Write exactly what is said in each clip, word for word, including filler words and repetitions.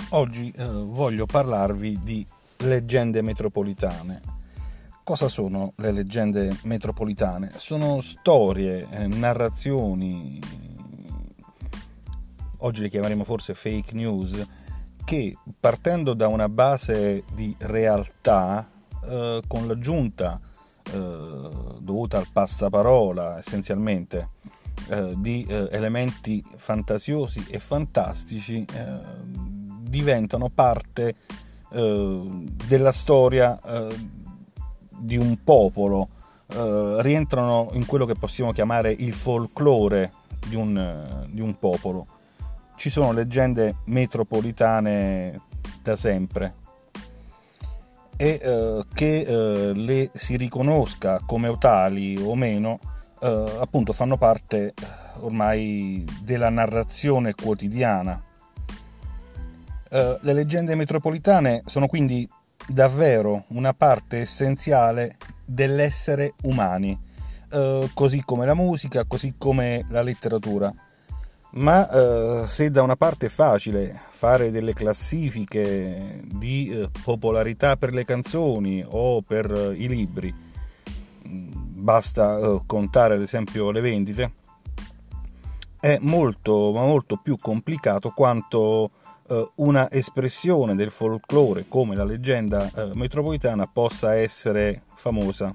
Oggi eh, voglio parlarvi di leggende metropolitane. Cosa sono le leggende metropolitane? Sono storie, eh, narrazioni, oggi le chiameremo forse fake news, che partendo da una base di realtà, eh, con l'aggiunta eh, dovuta al passaparola essenzialmente, eh, di eh, elementi fantasiosi e fantastici, eh, diventano parte eh, della storia eh, di un popolo, eh, rientrano in quello che possiamo chiamare il folklore di un, di un popolo. Ci sono leggende metropolitane da sempre e eh, che eh, le si riconosca come tali o meno, eh, appunto fanno parte ormai della narrazione quotidiana. Uh, le leggende metropolitane sono quindi davvero una parte essenziale dell'essere umani, uh, così come la musica, così come la letteratura. Ma uh, se da una parte è facile fare delle classifiche di uh, popolarità per le canzoni o per uh, i libri, basta uh, contare ad esempio le vendite, è molto ma molto più complicato quanto una espressione del folklore come la leggenda eh, metropolitana possa essere famosa.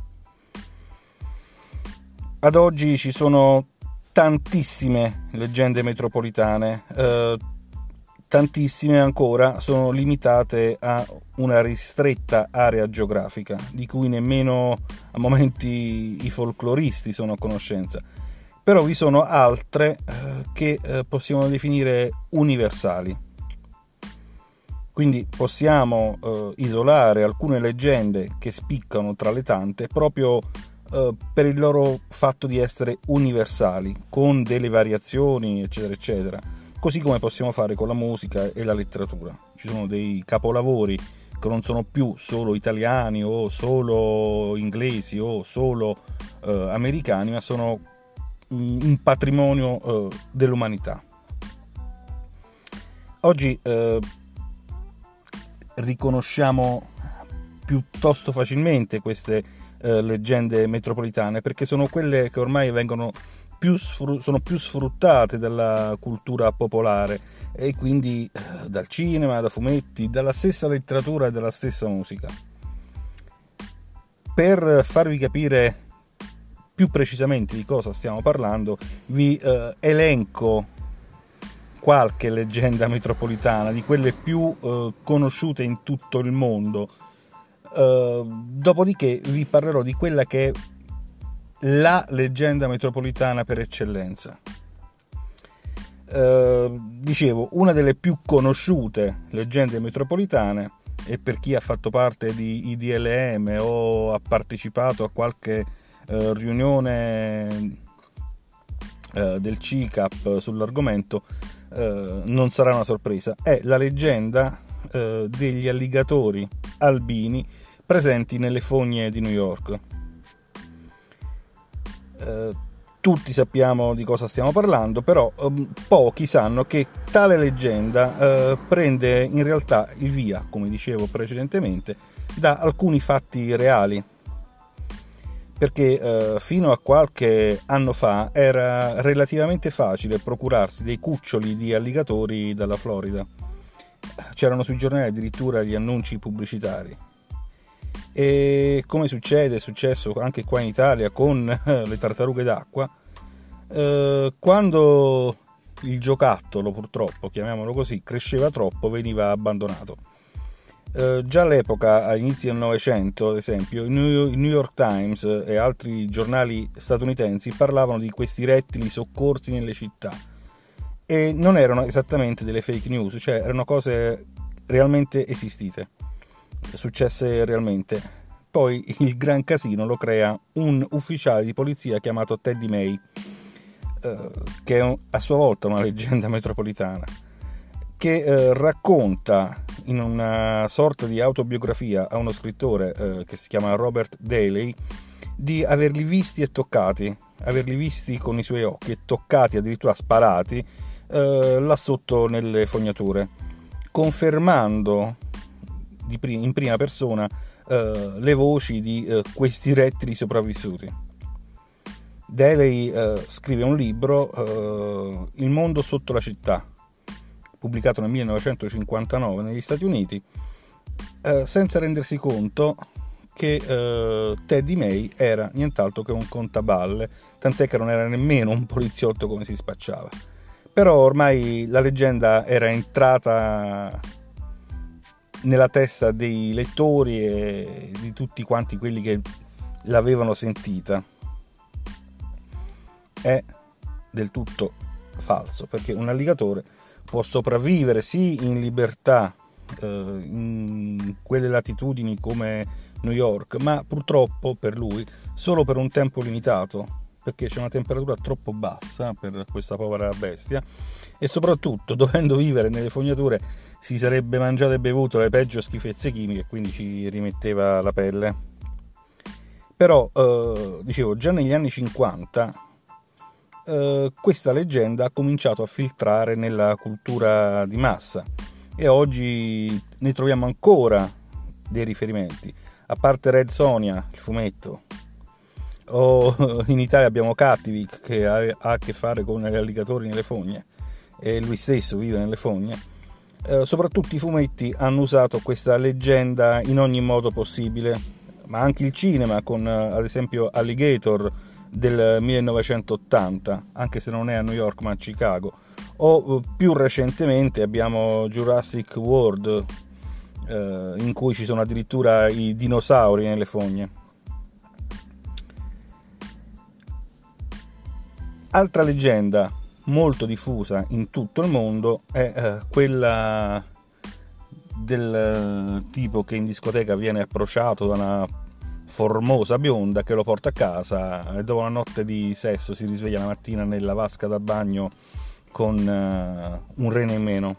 Ad oggi ci sono tantissime leggende metropolitane, eh, tantissime ancora sono limitate a una ristretta area geografica di cui nemmeno a momenti i folcloristi sono a conoscenza. Però vi sono altre eh, che eh, possiamo definire universali. Quindi possiamo eh, isolare alcune leggende che spiccano tra le tante proprio eh, per il loro fatto di essere universali, con delle variazioni, eccetera, eccetera. Così come possiamo fare con la musica e la letteratura. Ci sono dei capolavori che non sono più solo italiani o solo inglesi o solo eh, americani, ma sono un patrimonio eh, dell'umanità. Oggi eh, riconosciamo piuttosto facilmente queste eh, leggende metropolitane perché sono quelle che ormai vengono più sfru- sono più sfruttate dalla cultura popolare e quindi eh, dal cinema, da fumetti, dalla stessa letteratura e dalla stessa musica. Per farvi capire più precisamente di cosa stiamo parlando, vi eh, elenco qualche leggenda metropolitana di quelle più eh, conosciute in tutto il mondo. Eh, dopodiché vi parlerò di quella che è la leggenda metropolitana per eccellenza. Eh, dicevo, una delle più conosciute leggende metropolitane, e per chi ha fatto parte di I D L M o ha partecipato a qualche Uh, riunione uh, del C I C A P sull'argomento, uh, non sarà una sorpresa. È la leggenda uh, degli alligatori albini presenti nelle fogne di New York. Uh, tutti sappiamo di cosa stiamo parlando, però um, pochi sanno che tale leggenda uh, prende in realtà il via, come dicevo precedentemente, da alcuni fatti reali. Perché eh, fino a qualche anno fa era relativamente facile procurarsi dei cuccioli di alligatori dalla Florida. C'erano sui giornali addirittura gli annunci pubblicitari. E come succede, è successo anche qua in Italia con eh, le tartarughe d'acqua, eh, quando il giocattolo, purtroppo, chiamiamolo così, cresceva troppo, veniva abbandonato. Uh, già all'epoca, all'inizio del Novecento, ad esempio, il New York Times e altri giornali statunitensi parlavano di questi rettili soccorsi nelle città e non erano esattamente delle fake news, cioè erano cose realmente esistite, successe realmente. Poi il gran casino lo crea un ufficiale di polizia chiamato Teddy May, uh, che è un, a sua volta una leggenda metropolitana, che eh, racconta in una sorta di autobiografia a uno scrittore eh, che si chiama Robert Daley di averli visti e toccati, averli visti con i suoi occhi e toccati, addirittura sparati, eh, là sotto nelle fognature. confermando di prim- in prima persona eh, le voci di eh, questi rettili sopravvissuti. Daley eh, scrive un libro, eh, Il mondo sotto la città, pubblicato nel millenovecentocinquantanove negli Stati Uniti, eh, senza rendersi conto che eh, Teddy May era nient'altro che un contaballe, tant'è che non era nemmeno un poliziotto come si spacciava. Però ormai la leggenda era entrata nella testa dei lettori e di tutti quanti quelli che l'avevano sentita. È del tutto falso, perché un alligatore può sopravvivere sì in libertà eh, in quelle latitudini come New York, ma purtroppo per lui solo per un tempo limitato, perché c'è una temperatura troppo bassa per questa povera bestia, e soprattutto dovendo vivere nelle fognature si sarebbe mangiato e bevuto le peggio schifezze chimiche, quindi ci rimetteva la pelle. Però eh, dicevo, già negli anni cinquanta eh, questa leggenda ha cominciato a filtrare nella cultura di massa e oggi ne troviamo ancora dei riferimenti, a parte Red Sonja, il fumetto, o in Italia abbiamo Cattivic che ha, ha a che fare con gli alligatori nelle fogne e lui stesso vive nelle fogne. Eh, soprattutto i fumetti hanno usato questa leggenda in ogni modo possibile, ma anche il cinema con ad esempio Alligator del millenovecentottanta, anche se non è a New York ma a Chicago, o più recentemente abbiamo Jurassic World, eh, in cui ci sono addirittura i dinosauri nelle fogne. Altra leggenda molto diffusa in tutto il mondo è eh, quella del tipo che in discoteca viene approcciato da una formosa bionda che lo porta a casa e dopo una notte di sesso si risveglia la mattina nella vasca da bagno con uh, un rene in meno.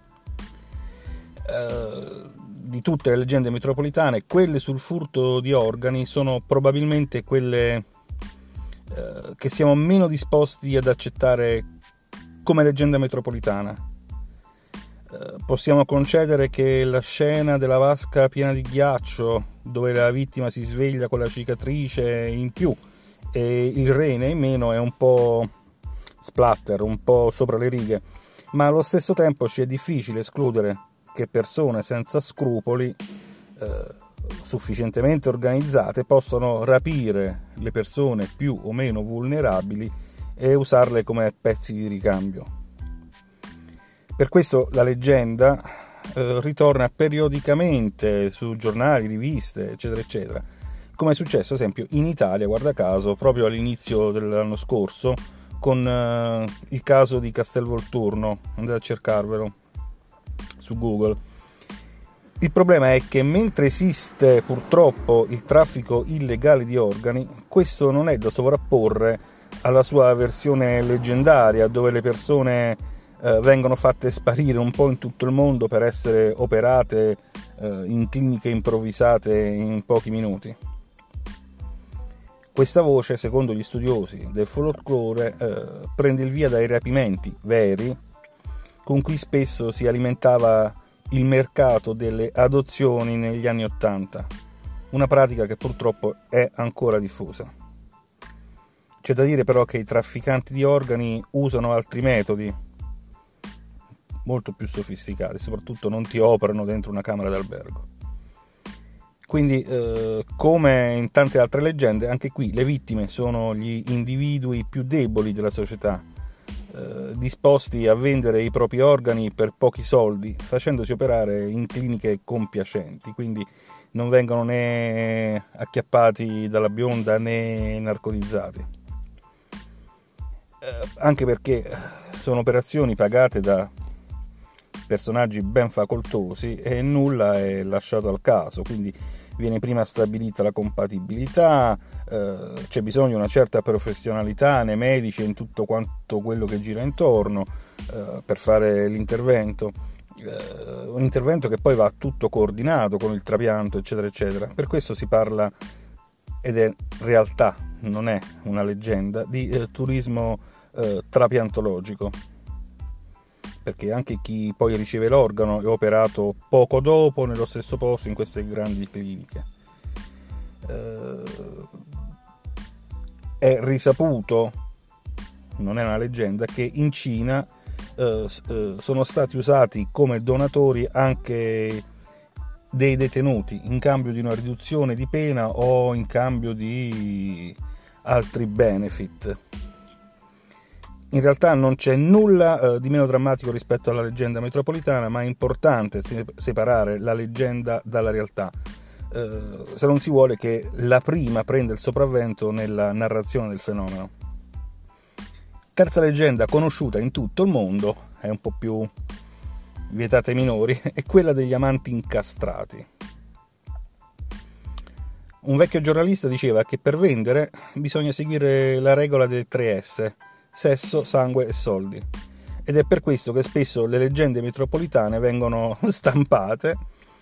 Uh, di tutte le leggende metropolitane, quelle sul furto di organi sono probabilmente quelle uh, che siamo meno disposti ad accettare come leggenda metropolitana. Possiamo concedere che la scena della vasca piena di ghiaccio, dove la vittima si sveglia con la cicatrice in più e il rene in meno, è un po' splatter, un po' sopra le righe, ma allo stesso tempo ci è difficile escludere che persone senza scrupoli, eh, sufficientemente organizzate, possano rapire le persone più o meno vulnerabili e usarle come pezzi di ricambio. Per questo la leggenda eh, ritorna periodicamente su giornali, riviste, eccetera, eccetera, come è successo, ad esempio, in Italia, guarda caso, proprio all'inizio dell'anno scorso, con eh, il caso di Castelvolturno. Andate a cercarvelo su Google. Il problema è che mentre esiste purtroppo il traffico illegale di organi, questo non è da sovrapporre alla sua versione leggendaria, dove le persone Eh, vengono fatte sparire un po' in tutto il mondo per essere operate eh, in cliniche improvvisate in pochi minuti. Questa voce, secondo gli studiosi del folklore, eh, prende il via dai rapimenti veri con cui spesso si alimentava il mercato delle adozioni negli anni Ottanta, una pratica che purtroppo è ancora diffusa. C'è da dire però che i trafficanti di organi usano altri metodi molto più sofisticati, soprattutto non ti operano dentro una camera d'albergo. Quindi eh, come in tante altre leggende, anche qui le vittime sono gli individui più deboli della società, eh, disposti a vendere i propri organi per pochi soldi, facendosi operare in cliniche compiacenti, quindi non vengono né acchiappati dalla bionda né narcotizzati, eh, anche perché sono operazioni pagate da personaggi ben facoltosi e nulla è lasciato al caso, quindi viene prima stabilita la compatibilità, eh, c'è bisogno di una certa professionalità nei medici e in tutto quanto quello che gira intorno eh, per fare l'intervento, eh, un intervento che poi va tutto coordinato con il trapianto, eccetera, eccetera. Per questo si parla, ed è realtà, non è una leggenda, di eh, turismo eh, trapiantologico. perché anche chi poi riceve l'organo è operato poco dopo nello stesso posto in queste grandi cliniche. Eh, è risaputo, non è una leggenda, che in Cina eh, eh, sono stati usati come donatori anche dei detenuti in cambio di una riduzione di pena o in cambio di altri benefit. In realtà non c'è nulla eh, di meno drammatico rispetto alla leggenda metropolitana, ma è importante separare la leggenda dalla realtà, eh, se non si vuole che la prima prenda il sopravvento nella narrazione del fenomeno. Terza leggenda conosciuta in tutto il mondo, è un po' più vietata ai minori, è quella degli amanti incastrati. Un vecchio giornalista diceva che per vendere bisogna seguire la regola delle tre S: sesso, sangue e soldi. Ed è per questo che spesso le leggende metropolitane vengono stampate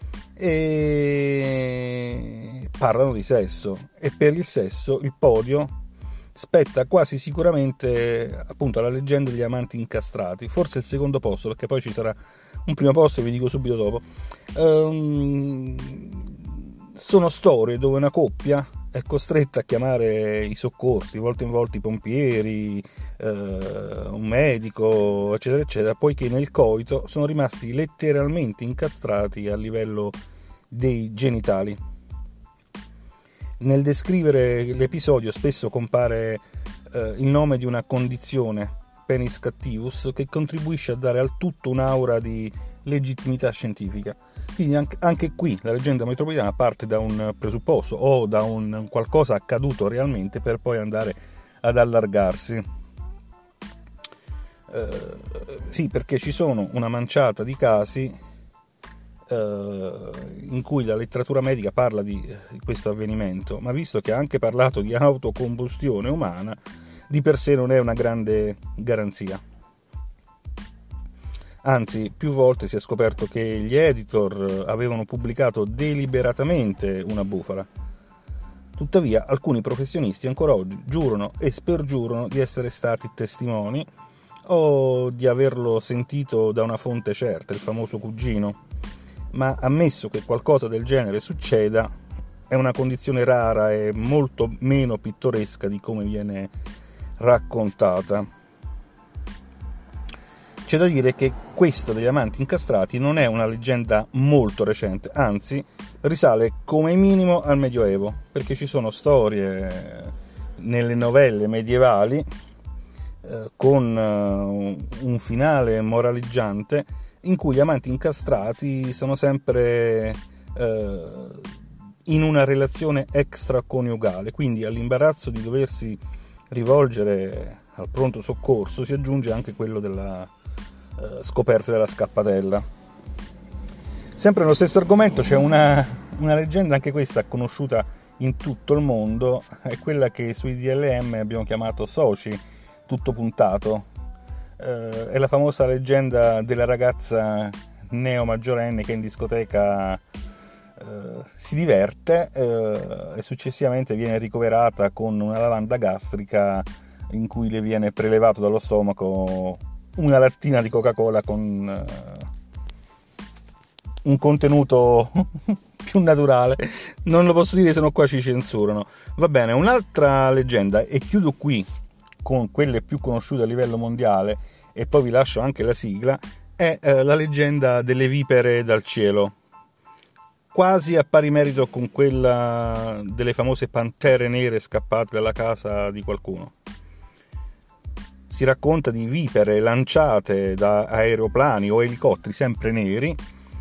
e parlano di sesso, e per il sesso il podio spetta quasi sicuramente appunto alla leggenda degli amanti incastrati, forse il secondo posto, perché poi ci sarà un primo posto, vi dico subito dopo. Um, sono storie dove una coppia è costretta a chiamare i soccorsi, di volta in volta i pompieri, eh, un medico, eccetera, eccetera, poiché nel coito sono rimasti letteralmente incastrati a livello dei genitali. Nel descrivere l'episodio spesso compare eh, il nome di una condizione, penis cattivus, che contribuisce a dare al tutto un'aura di legittimità scientifica. Quindi anche, anche qui la leggenda metropolitana parte da un presupposto o da un qualcosa accaduto realmente per poi andare ad allargarsi. Eh, sì, perché ci sono una manciata di casi eh, in cui la letteratura medica parla di, di questo avvenimento, ma visto che ha anche parlato di autocombustione umana, di per sé non è una grande garanzia. Anzi, più volte si è scoperto che gli editor avevano pubblicato deliberatamente una bufala. Tuttavia, alcuni professionisti ancora oggi giurano e spergiurano di essere stati testimoni o di averlo sentito da una fonte certa, il famoso cugino. Ma ammesso che qualcosa del genere succeda, è una condizione rara e molto meno pittoresca di come viene raccontata. C'è da dire che questa degli amanti incastrati non è una leggenda molto recente, anzi risale come minimo al Medioevo, perché ci sono storie nelle novelle medievali eh, con uh, un finale moraleggiante in cui gli amanti incastrati sono sempre eh, in una relazione extraconiugale, quindi all'imbarazzo di doversi rivolgere al pronto soccorso si aggiunge anche quello della scoperta della scappatella. Sempre nello stesso argomento c'è una, una leggenda, anche questa conosciuta in tutto il mondo, è quella che sui D L M abbiamo chiamato soci, tutto puntato. Eh, è la famosa leggenda della ragazza neo maggiorenne che in discoteca eh, si diverte eh, e successivamente viene ricoverata con una lavanda gastrica in cui le viene prelevato dallo stomaco una lattina di Coca-Cola con uh, un contenuto più naturale. Non lo posso dire, se no qua ci censurano. Va bene, un'altra leggenda, e chiudo qui con quelle più conosciute a livello mondiale e poi vi lascio anche la sigla, è uh, la leggenda delle vipere dal cielo, quasi a pari merito con quella delle famose pantere nere scappate dalla casa di qualcuno. Si racconta di vipere lanciate da aeroplani o elicotteri sempre neri,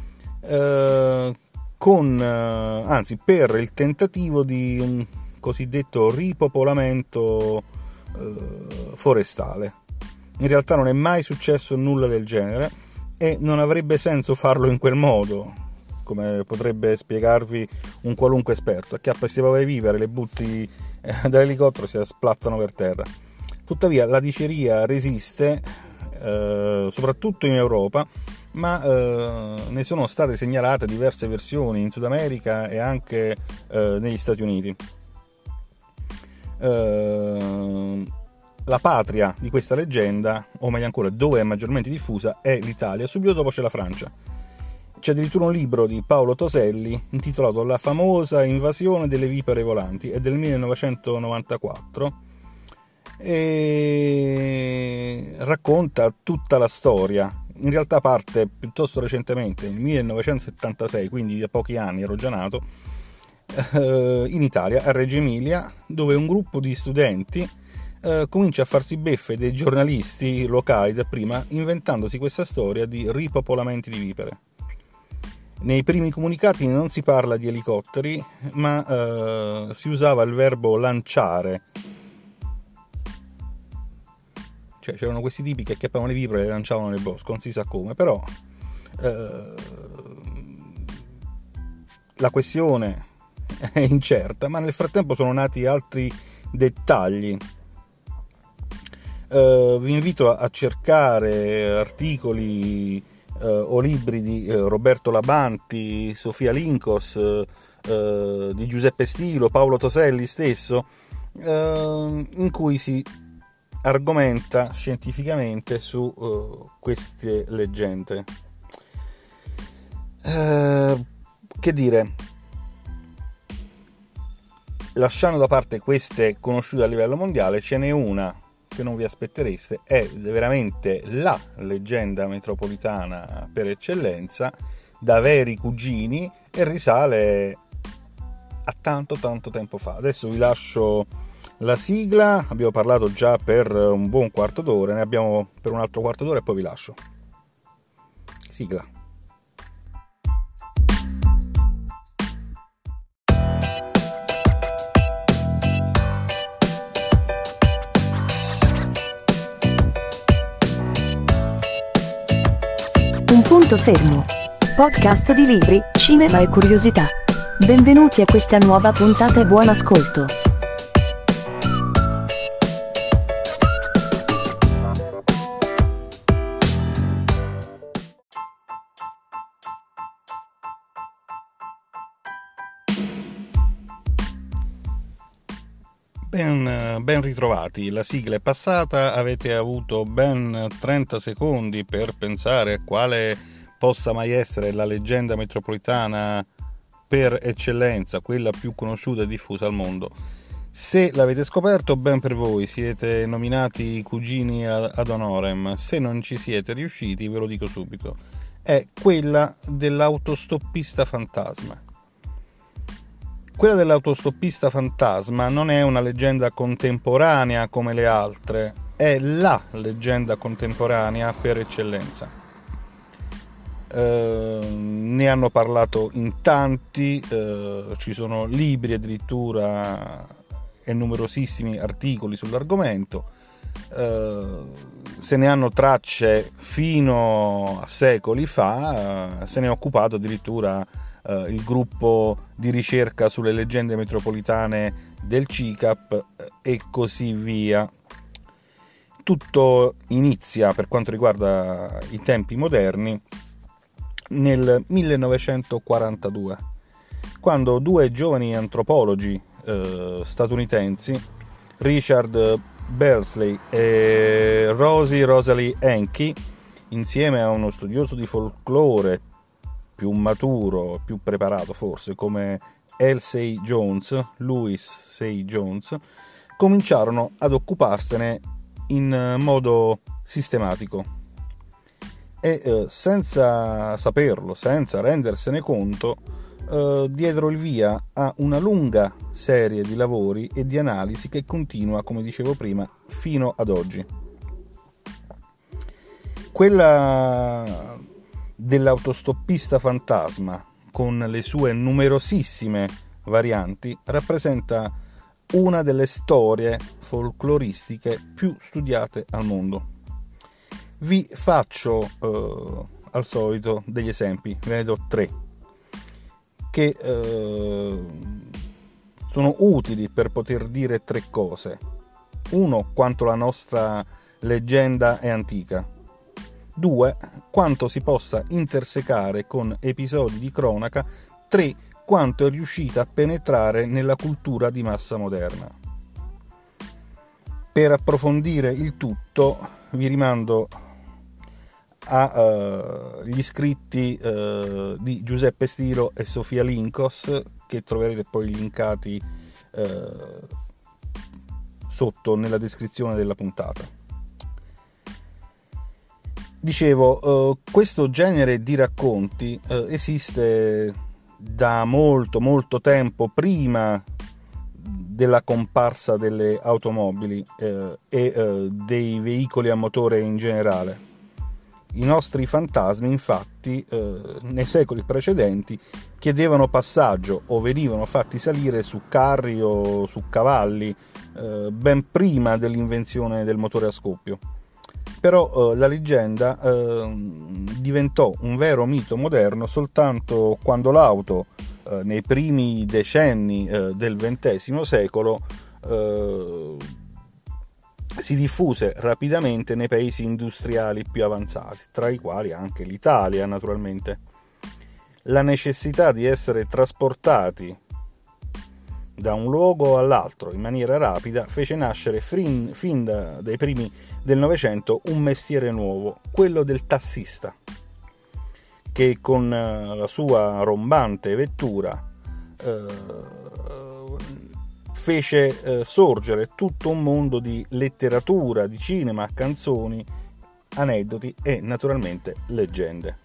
eh, con, eh, anzi per il tentativo di un cosiddetto ripopolamento eh, forestale. In realtà non è mai successo nulla del genere e non avrebbe senso farlo in quel modo, come potrebbe spiegarvi un qualunque esperto. Acchiappa queste povere vipere, le butti eh, dall'elicottero, si splattano per terra. Tuttavia la diceria resiste, eh, soprattutto in Europa, ma eh, ne sono state segnalate diverse versioni in Sud America e anche eh, negli Stati Uniti. Eh, la patria di questa leggenda, o meglio ancora dove è maggiormente diffusa, è l'Italia, subito dopo c'è la Francia. C'è addirittura un libro di Paolo Toselli intitolato La famosa invasione delle vipere volanti, è del millenovecentonovantaquattro, e racconta tutta la storia. In realtà parte piuttosto recentemente, nel millenovecentosettantasei, quindi da pochi anni, ero già nato, in Italia, a Reggio Emilia, dove un gruppo di studenti eh, comincia a farsi beffe dei giornalisti locali dapprima, inventandosi questa storia di ripopolamenti di vipere. Nei primi comunicati non si parla di elicotteri, ma eh, si usava il verbo lanciare. Cioè c'erano questi tipi che acchiappavano le vipere e le lanciavano nel bosco, non si sa come, però eh, la questione è incerta, ma nel frattempo sono nati altri dettagli. Uh, vi invito a cercare articoli uh, o libri di uh, Roberto Labanti, Sofia Lincos, uh, uh, di Giuseppe Stilo, Paolo Toselli stesso, uh, in cui si argomenta scientificamente su uh, queste leggende. Uh, che dire? Lasciando da parte queste conosciute a livello mondiale, ce n'è una che non vi aspettereste, è veramente la leggenda metropolitana per eccellenza, da veri cugini, e risale a tanto tanto tempo fa. Adesso vi lascio la sigla, abbiamo parlato già per un buon quarto d'ora, ne abbiamo per un altro quarto d'ora e poi vi lascio. Sigla. Un punto fermo. Podcast di libri, cinema e curiosità. Benvenuti a questa nuova puntata e buon ascolto. Ben, ben ritrovati, la sigla è passata, avete avuto ben trenta secondi per pensare a quale possa mai essere la leggenda metropolitana per eccellenza, quella più conosciuta e diffusa al mondo. Se l'avete scoperto, ben per voi, siete nominati cugini ad honorem. Se non ci siete riusciti, ve lo dico subito, è quella dell'autostoppista fantasma. Quella dell'autostoppista fantasma non è una leggenda contemporanea come le altre, è la leggenda contemporanea per eccellenza. Eh, ne hanno parlato in tanti, eh, ci sono libri addirittura e numerosissimi articoli sull'argomento, eh, se ne hanno tracce fino a secoli fa, eh, se ne è occupato addirittura Uh, il gruppo di ricerca sulle leggende metropolitane del C I C A P e così via. Tutto inizia, per quanto riguarda i tempi moderni, nel millenovecentoquarantadue, quando due giovani antropologi uh, statunitensi, Richard Beardsley e Rosie Rosalie Henke, insieme a uno studioso di folklore più maturo, più preparato forse, come L. Say Jones, Louis Say Jones, cominciarono ad occuparsene in modo sistematico e eh, senza saperlo, senza rendersene conto, eh, diedero il via a una lunga serie di lavori e di analisi che continua, come dicevo prima, fino ad oggi. Quella dell'autostoppista fantasma, con le sue numerosissime varianti, rappresenta una delle storie folcloristiche più studiate al mondo. Vi faccio eh, al solito degli esempi, ve ne do tre, che eh, sono utili per poter dire tre cose. Uno, quanto la nostra leggenda è antica. Due, quanto si possa intersecare con episodi di cronaca. Tre, quanto è riuscita a penetrare nella cultura di massa moderna. Per approfondire il tutto vi rimando agli uh, scritti uh, di Giuseppe Stiro e Sofia Linkos, che troverete poi linkati uh, sotto nella descrizione della puntata. Dicevo, uh, questo genere di racconti uh, esiste da molto molto tempo prima della comparsa delle automobili eh, e eh, dei veicoli a motore in generale. I nostri fantasmi, infatti, eh, nei secoli precedenti chiedevano passaggio o venivano fatti salire su carri o su cavalli eh, ben prima dell'invenzione del motore a scoppio. Però eh, la leggenda eh, diventò un vero mito moderno soltanto quando l'auto, eh, nei primi decenni eh, del ventesimo secolo, eh, si diffuse rapidamente nei paesi industriali più avanzati, tra i quali anche l'Italia, naturalmente. La necessità di essere trasportati da un luogo all'altro in maniera rapida fece nascere fin, fin da, dai primi del Novecento un mestiere nuovo, quello del tassista, che con la sua rombante vettura eh, fece eh, sorgere tutto un mondo di letteratura, di cinema, canzoni, aneddoti e naturalmente leggende.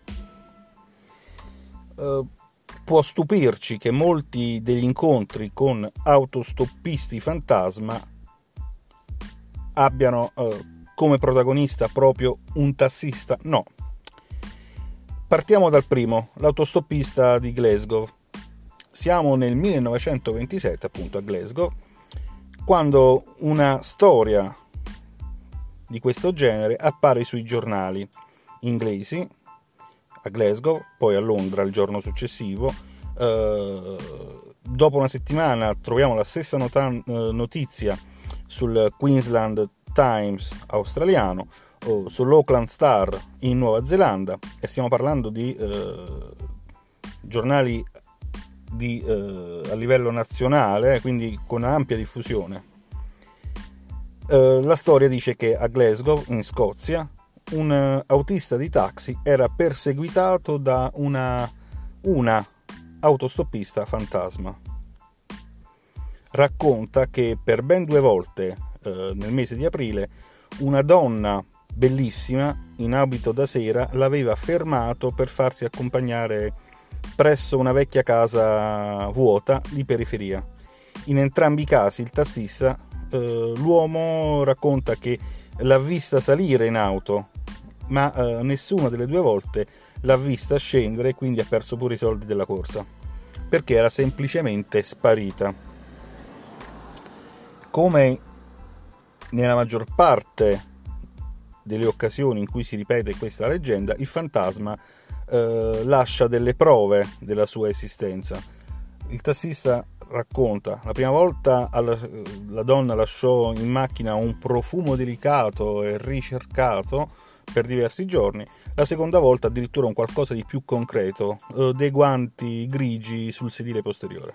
Uh, può stupirci che molti degli incontri con autostoppisti fantasma abbiano uh, come protagonista proprio un tassista. No. Partiamo dal primo, l'autostoppista di Glasgow. Siamo nel millenovecentoventisette, appunto, a Glasgow, quando una storia di questo genere appare sui giornali inglesi, a Glasgow, poi a Londra il giorno successivo. Eh, dopo una settimana troviamo la stessa nota- notizia sul Queensland Times australiano, o sull'Auckland Star in Nuova Zelanda, e stiamo parlando di eh, giornali di, eh, a livello nazionale, quindi con ampia diffusione. Eh, la storia dice che a Glasgow, in Scozia, un autista di taxi era perseguitato da una, una autostoppista fantasma. Racconta che per ben due volte eh, nel mese di aprile una donna bellissima in abito da sera l'aveva fermato per farsi accompagnare presso una vecchia casa vuota di periferia. In entrambi i casi il tassista, eh, l'uomo racconta che l'ha vista salire in auto, ma eh, nessuna delle due volte l'ha vista scendere, quindi ha perso pure i soldi della corsa, perché era semplicemente sparita. Come nella maggior parte delle occasioni in cui si ripete questa leggenda, il fantasma eh, lascia delle prove della sua esistenza. Il tassista racconta: la prima volta alla, la donna lasciò in macchina un profumo delicato e ricercato per diversi giorni, la seconda volta addirittura un qualcosa di più concreto, eh, dei guanti grigi sul sedile posteriore.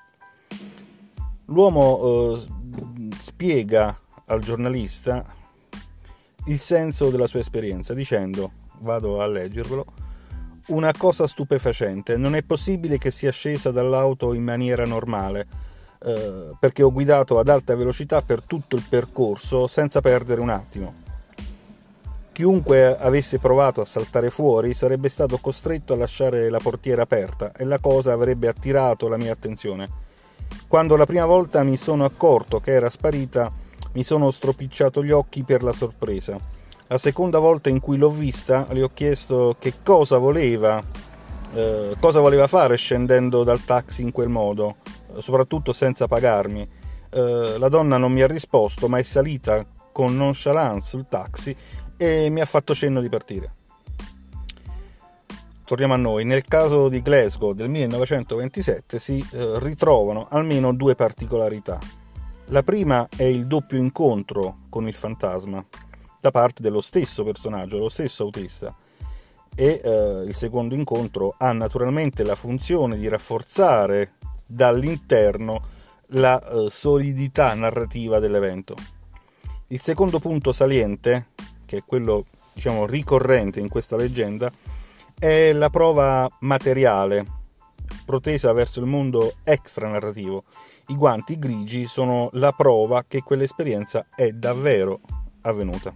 L'uomo eh, spiega al giornalista il senso della sua esperienza dicendo, vado a leggervelo: una cosa stupefacente, non è possibile che sia scesa dall'auto in maniera normale, eh, perché ho guidato ad alta velocità per tutto il percorso senza perdere un attimo. Chiunque avesse provato a saltare fuori sarebbe stato costretto a lasciare la portiera aperta e la cosa avrebbe attirato la mia attenzione. Quando la prima volta mi sono accorto che era sparita, mi sono stropicciato gli occhi per la sorpresa. La seconda volta in cui l'ho vista, le ho chiesto che cosa voleva, eh, cosa voleva fare scendendo dal taxi in quel modo, soprattutto senza pagarmi. Eh, la donna non mi ha risposto, ma è salita con nonchalance sul taxi e mi ha fatto cenno di partire. Torniamo a noi. Nel caso di Glasgow del millenovecentoventisette si eh, ritrovano almeno due particolarità. La prima è il doppio incontro con il fantasma da parte dello stesso personaggio, lo stesso autista, e eh, il secondo incontro ha naturalmente la funzione di rafforzare dall'interno la eh, solidità narrativa dell'evento. Il secondo punto saliente, che è quello diciamo ricorrente in questa leggenda, è la prova materiale protesa verso il mondo extranarrativo. I guanti grigi sono la prova che quell'esperienza è davvero avvenuta.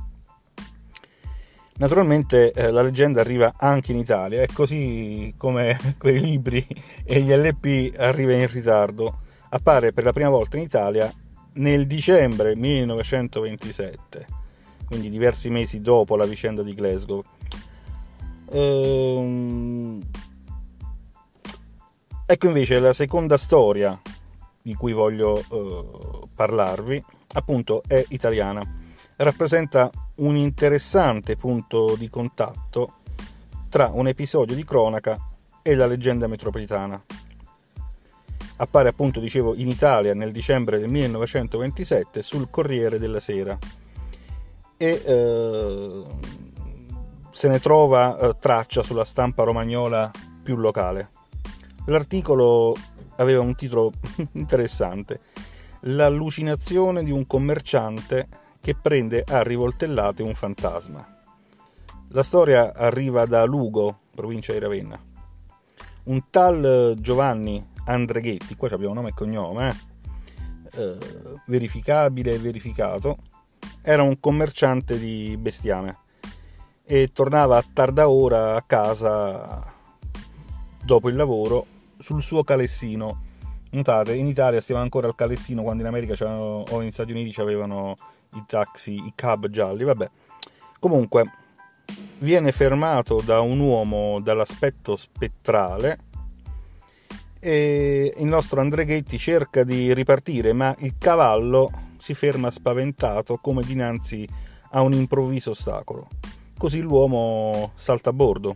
Naturalmente eh, la leggenda arriva anche in Italia, e così come quei libri e gli L P arriva in ritardo, appare per la prima volta in Italia nel dicembre millenovecentoventisette, quindi diversi mesi dopo la vicenda di Glasgow. Ehm... Ecco invece la seconda storia di cui voglio eh, parlarvi, appunto è italiana. Rappresenta un interessante punto di contatto tra un episodio di cronaca e la leggenda metropolitana. Appare appunto, dicevo, in Italia nel dicembre del millenovecentoventisette sul Corriere della Sera e eh, se ne trova eh, traccia sulla stampa romagnola più locale. L'articolo aveva un titolo interessante: l'allucinazione di un commerciante che prende a rivoltellate un fantasma. La storia arriva da Lugo, provincia di Ravenna. Un tal Giovanni Andreghetti, qua abbiamo nome e cognome, eh? Eh, verificabile e verificato, era un commerciante di bestiame e tornava a tarda ora a casa dopo il lavoro sul suo calessino. Notate, in Italia stiamo ancora al calessino, quando in America c'erano, o negli Stati Uniti c'avevano i taxi, i cab gialli, vabbè. Comunque viene fermato da un uomo dall'aspetto spettrale e il nostro Andreghetti cerca di ripartire, ma il cavallo si ferma spaventato come dinanzi a un improvviso ostacolo. Così l'uomo salta a bordo.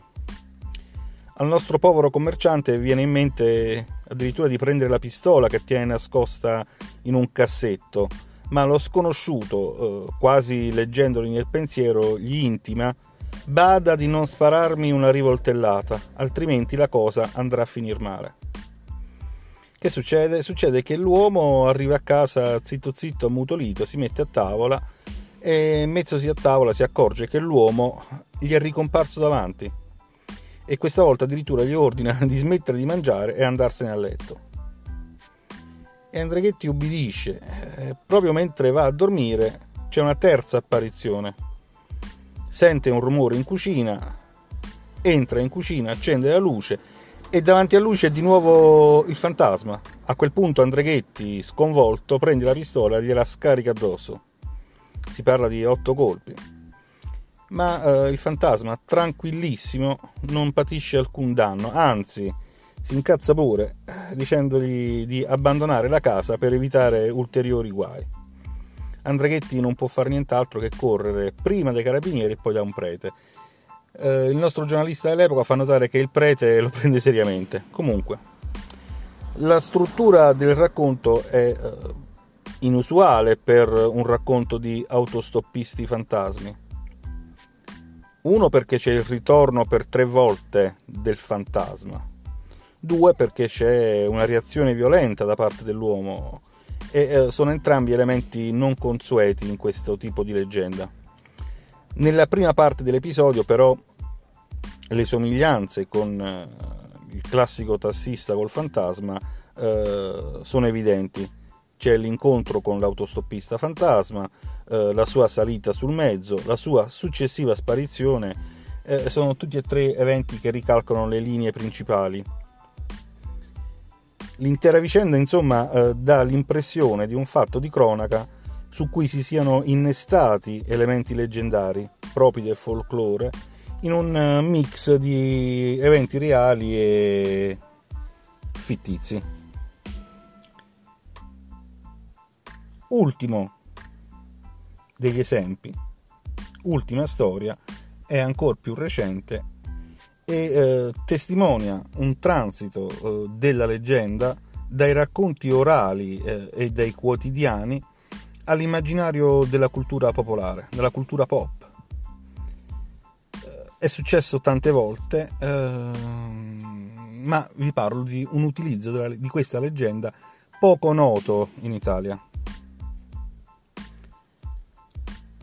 Al nostro povero commerciante viene in mente addirittura di prendere la pistola che tiene nascosta in un cassetto, ma lo sconosciuto, eh, quasi leggendoli nel pensiero, gli intima: bada di non spararmi una rivoltellata, altrimenti la cosa andrà a finir male. Che succede? Succede che l'uomo arriva a casa zitto zitto, ammutolito, si mette a tavola e mezzosi a tavola si accorge che l'uomo gli è ricomparso davanti e questa volta addirittura gli ordina di smettere di mangiare e andarsene a letto. E Andreghetti ubbidisce. Eh, proprio mentre va a dormire c'è una terza apparizione. Sente un rumore in cucina, entra in cucina, accende la luce e davanti a lui c'è di nuovo il fantasma. A quel punto Andreghetti, sconvolto, prende la pistola e gliela scarica addosso. Si parla di otto colpi. Ma eh, il fantasma, tranquillissimo, non patisce alcun danno, anzi si incazza pure, dicendogli di abbandonare la casa per evitare ulteriori guai. Andreghetti non può fare nient'altro che correre prima dai carabinieri e poi da un prete. Eh, il nostro giornalista dell'epoca fa notare che il prete lo prende seriamente. Comunque, la struttura del racconto è eh, inusuale per un racconto di autostoppisti fantasmi. Uno, perché c'è il ritorno per tre volte del fantasma. Due, perché c'è una reazione violenta da parte dell'uomo e eh, sono entrambi elementi non consueti in questo tipo di leggenda. Nella prima parte dell'episodio però le somiglianze con eh, il classico tassista col fantasma eh, sono evidenti. C'è l'incontro con l'autostoppista fantasma, eh, la sua salita sul mezzo, la sua successiva sparizione, eh, sono tutti e tre eventi che ricalcano le linee principali. L'intera vicenda, insomma, eh, dà l'impressione di un fatto di cronaca su cui si siano innestati elementi leggendari propri del folklore in un mix di eventi reali e fittizi. Ultimo degli esempi, ultima storia, è ancora più recente e eh, testimonia un transito eh, della leggenda dai racconti orali eh, e dai quotidiani all'immaginario della cultura popolare, della cultura pop. Eh, è successo tante volte, eh, ma vi parlo di un utilizzo della, di questa leggenda poco noto in Italia.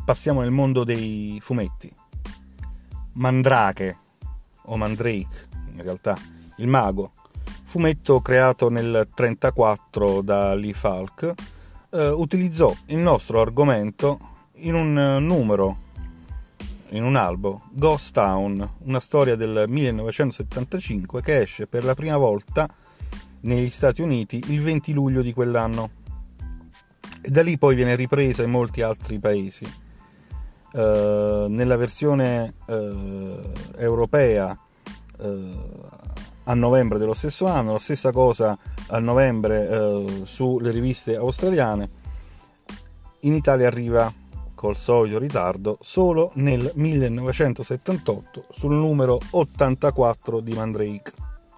passiamo nel mondo dei fumetti. Mandrake, o Mandrake, in realtà, il mago, fumetto creato nel trentaquattro da Lee Falk, eh, utilizzò il nostro argomento in un numero, in un albo, Ghost Town, una storia del millenovecentosettantacinque che esce per la prima volta negli Stati Uniti il venti luglio di quell'anno, e da lì poi viene ripresa in molti altri paesi. Uh, nella versione uh, europea uh, a novembre dello stesso anno, la stessa cosa a novembre uh, sulle riviste australiane. In Italia arriva col solito ritardo solo nel millenovecentosettantotto sul numero ottantaquattro di Mandrake.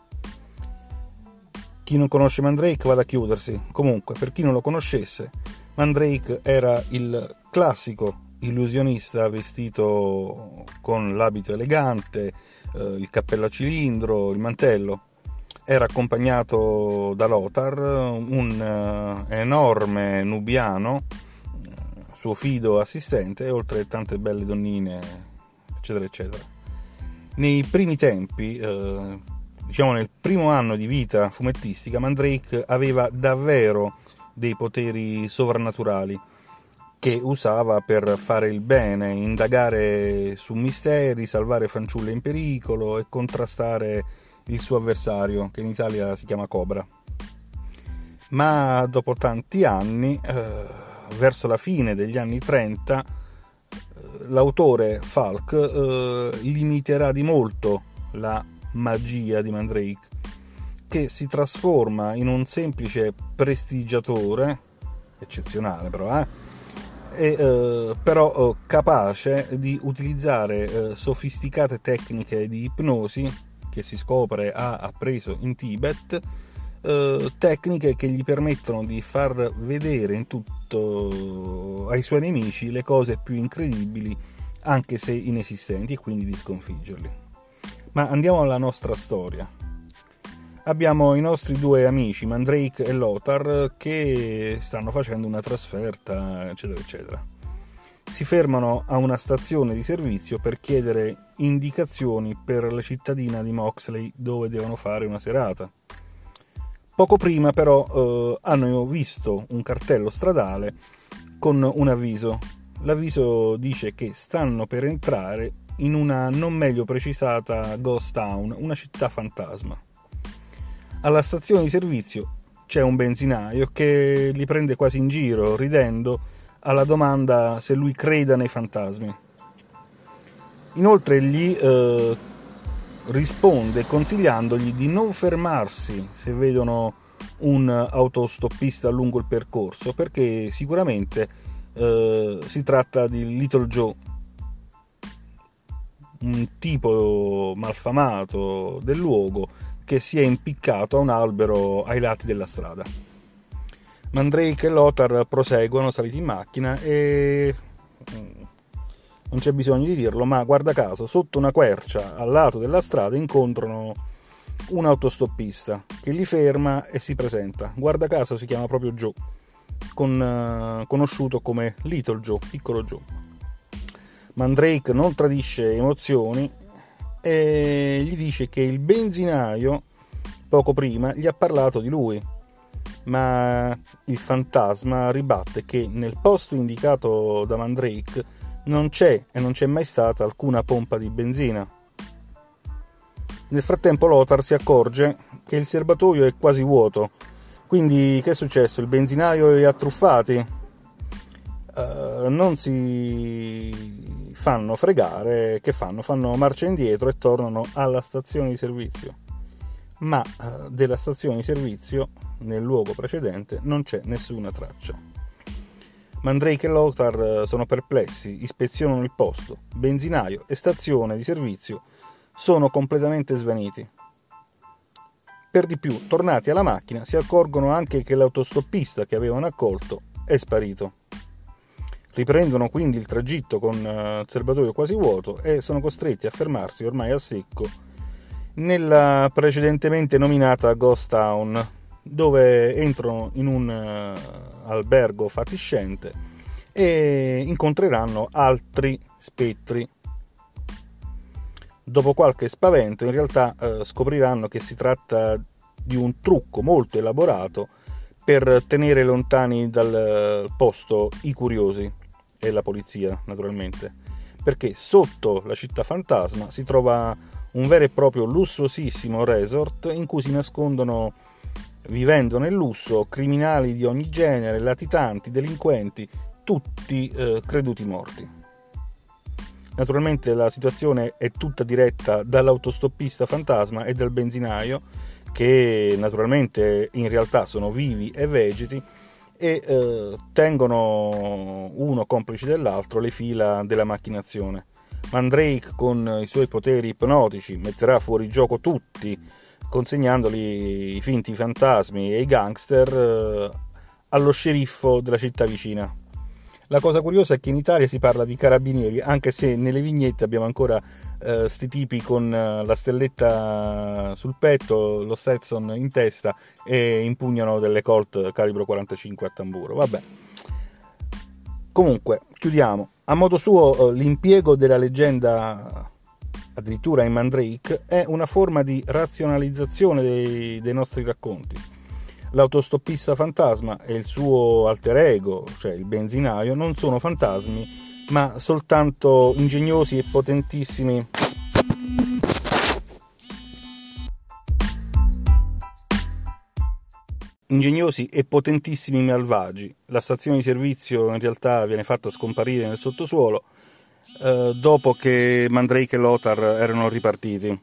Chi non conosce Mandrake vada a chiudersi. Comunque, per chi non lo conoscesse, Mandrake era il classico illusionista vestito con l'abito elegante, eh, il cappello a cilindro, il mantello. Era accompagnato da Lothar, un uh, enorme nubiano, suo fido assistente, oltre a tante belle donnine, eccetera eccetera. Nei primi tempi, eh, diciamo nel primo anno di vita fumettistica, Mandrake aveva davvero dei poteri sovrannaturali che usava per fare il bene, indagare su misteri, salvare fanciulle in pericolo e contrastare il suo avversario, che in Italia si chiama Cobra. Ma dopo tanti anni, eh, verso la fine degli anni trenta, eh, l'autore Falk eh, limiterà di molto la magia di Mandrake, che si trasforma in un semplice prestigiatore, eccezionale però, eh, e, eh, però eh, capace di utilizzare eh, sofisticate tecniche di ipnosi, che si scopre ha appreso in Tibet, eh, tecniche che gli permettono di far vedere in tutto ai suoi nemici le cose più incredibili, anche se inesistenti, e quindi di sconfiggerli. Ma andiamo alla nostra storia. Abbiamo i nostri due amici, Mandrake e Lothar, che stanno facendo una trasferta, eccetera, eccetera. Si fermano a una stazione di servizio per chiedere indicazioni per la cittadina di Moxley, dove devono fare una serata. Poco prima, però, eh, hanno visto un cartello stradale con un avviso. L'avviso dice che stanno per entrare in una non meglio precisata Ghost Town, una città fantasma. Alla stazione di servizio c'è un benzinaio che li prende quasi in giro, ridendo alla domanda se lui creda nei fantasmi. Inoltre gli eh, risponde consigliandogli di non fermarsi se vedono un autostoppista lungo il percorso, perché sicuramente eh, si tratta di Little Joe, un tipo malfamato del luogo che si è impiccato a un albero ai lati della strada. Mandrake e Lothar proseguono saliti in macchina e non c'è bisogno di dirlo, ma guarda caso sotto una quercia al lato della strada incontrano un autostoppista che li ferma e si presenta. Guarda caso si chiama proprio Joe, con, uh, conosciuto come Little Joe, piccolo Joe. Mandrake non tradisce emozioni e gli dice che il benzinaio poco prima gli ha parlato di lui, ma il fantasma ribatte che nel posto indicato da Mandrake non c'è e non c'è mai stata alcuna pompa di benzina. Nel frattempo Lothar si accorge che il serbatoio è quasi vuoto, quindi che è successo? Il benzinaio li ha truffati? Uh, non si fanno fregare, che fanno? Fanno marcia indietro e tornano alla stazione di servizio. Ma uh, della stazione di servizio nel luogo precedente non c'è nessuna traccia. Mandrake e Lothar sono perplessi, ispezionano il posto. Benzinaio e stazione di servizio sono completamente svaniti. Per di più, tornati alla macchina, si accorgono anche che l'autostoppista che avevano accolto è sparito. Riprendono quindi il tragitto con il serbatoio quasi vuoto e sono costretti a fermarsi ormai a secco nella precedentemente nominata Ghost Town, dove entrano in un uh, albergo fatiscente e incontreranno altri spettri. Dopo qualche spavento, in realtà eh, scopriranno che si tratta di un trucco molto elaborato per tenere lontani dal posto i curiosi e la polizia, naturalmente, perché sotto la città fantasma si trova un vero e proprio lussuosissimo resort in cui si nascondono, vivendo nel lusso, criminali di ogni genere, latitanti, delinquenti, tutti eh, creduti morti. Naturalmente la situazione è tutta diretta dall'autostoppista fantasma e dal benzinaio, che naturalmente in realtà sono vivi e vegeti e eh, tengono uno complice dell'altro le fila della macchinazione. Mandrake, con i suoi poteri ipnotici, metterà fuori gioco tutti, consegnandoli i finti fantasmi e i gangster eh, allo sceriffo della città vicina. La cosa curiosa è che in Italia si parla di carabinieri, anche se nelle vignette abbiamo ancora eh, sti tipi con eh, la stelletta sul petto, lo Stetson in testa e impugnano delle Colt calibro quarantacinque a tamburo. Vabbè. Comunque, chiudiamo. A modo suo, eh, l'impiego della leggenda, addirittura in Mandrake, è una forma di razionalizzazione dei, dei nostri racconti. L'autostoppista fantasma e il suo alter ego, cioè il benzinaio, non sono fantasmi, ma soltanto ingegnosi e potentissimi ingegnosi e potentissimi malvagi. La stazione di servizio in realtà viene fatta scomparire nel sottosuolo eh, dopo che Mandrake e Lothar erano ripartiti.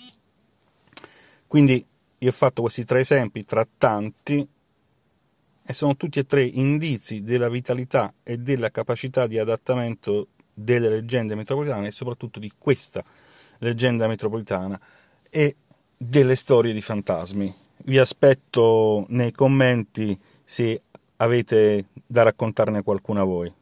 Quindi io ho fatto questi tre esempi tra tanti e sono tutti e tre indizi della vitalità e della capacità di adattamento delle leggende metropolitane e soprattutto di questa leggenda metropolitana e delle storie di fantasmi. Vi aspetto nei commenti se avete da raccontarne qualcuna voi.